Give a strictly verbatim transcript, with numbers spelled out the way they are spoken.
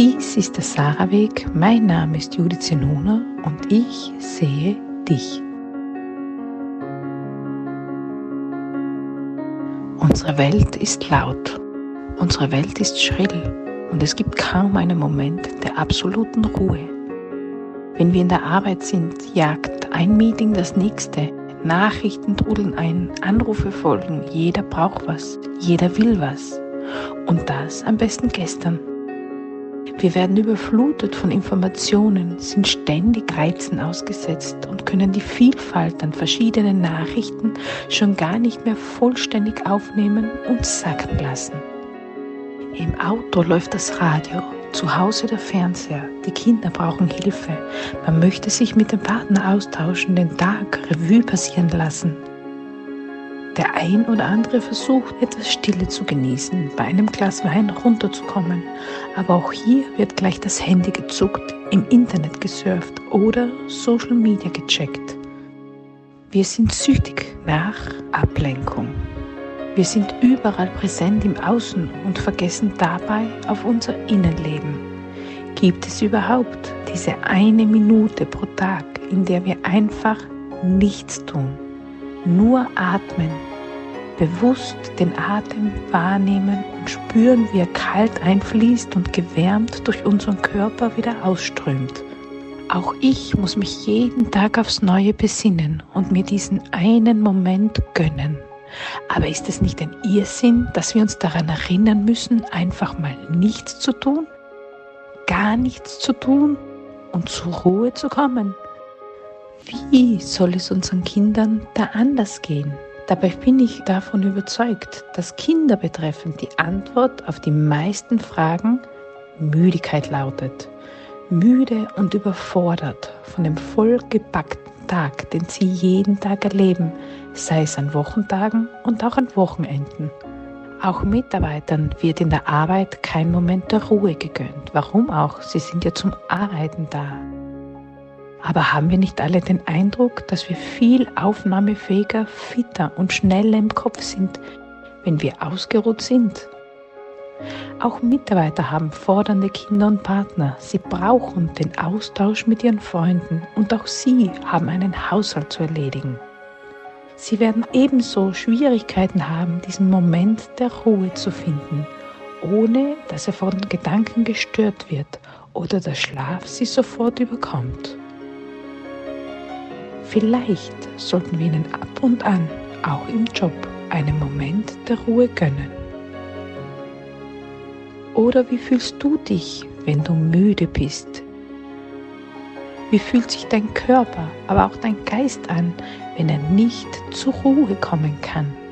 Dies ist der Sarah-Weg, mein Name ist Judith Zenona und ich sehe dich. Unsere Welt ist laut, unsere Welt ist schrill und es gibt kaum einen Moment der absoluten Ruhe. Wenn wir in der Arbeit sind, jagt ein Meeting das nächste, Nachrichten trudeln ein, Anrufe folgen, jeder braucht was, jeder will was und das am besten gestern. Wir werden überflutet von Informationen, sind ständig Reizen ausgesetzt und können die Vielfalt an verschiedenen Nachrichten schon gar nicht mehr vollständig aufnehmen und sacken lassen. Im Auto läuft das Radio, zu Hause der Fernseher, die Kinder brauchen Hilfe, man möchte sich mit dem Partner austauschen, den Tag Revue passieren lassen. Der ein oder andere versucht, etwas Stille zu genießen, bei einem Glas Wein runterzukommen. Aber auch hier wird gleich das Handy gezuckt, im Internet gesurft oder Social Media gecheckt. Wir sind süchtig nach Ablenkung. Wir sind überall präsent im Außen und vergessen dabei auf unser Innenleben. Gibt es überhaupt diese eine Minute pro Tag, in der wir einfach nichts tun? Nur atmen, bewusst den Atem wahrnehmen und spüren, wie er kalt einfließt und gewärmt durch unseren Körper wieder ausströmt. Auch ich muss mich jeden Tag aufs Neue besinnen und mir diesen einen Moment gönnen. Aber ist es nicht ein Irrsinn, dass wir uns daran erinnern müssen, einfach mal nichts zu tun, gar nichts zu tun und zur Ruhe zu kommen? Wie soll es unseren Kindern da anders gehen? Dabei bin ich davon überzeugt, dass Kinder betreffend die Antwort auf die meisten Fragen Müdigkeit lautet. Müde und überfordert von dem vollgepackten Tag, den sie jeden Tag erleben, sei es an Wochentagen und auch an Wochenenden. Auch Mitarbeitern wird in der Arbeit kein Moment der Ruhe gegönnt. Warum auch? Sie sind ja zum Arbeiten da. Aber haben wir nicht alle den Eindruck, dass wir viel aufnahmefähiger, fitter und schneller im Kopf sind, wenn wir ausgeruht sind? Auch Mitarbeiter haben fordernde Kinder und Partner. Sie brauchen den Austausch mit ihren Freunden und auch sie haben einen Haushalt zu erledigen. Sie werden ebenso Schwierigkeiten haben, diesen Moment der Ruhe zu finden, ohne dass er von Gedanken gestört wird oder der Schlaf sie sofort überkommt. Vielleicht sollten wir ihnen ab und an, auch im Job, einen Moment der Ruhe gönnen. Oder wie fühlst du dich, wenn du müde bist? Wie fühlt sich dein Körper, aber auch dein Geist an, wenn er nicht zur Ruhe kommen kann?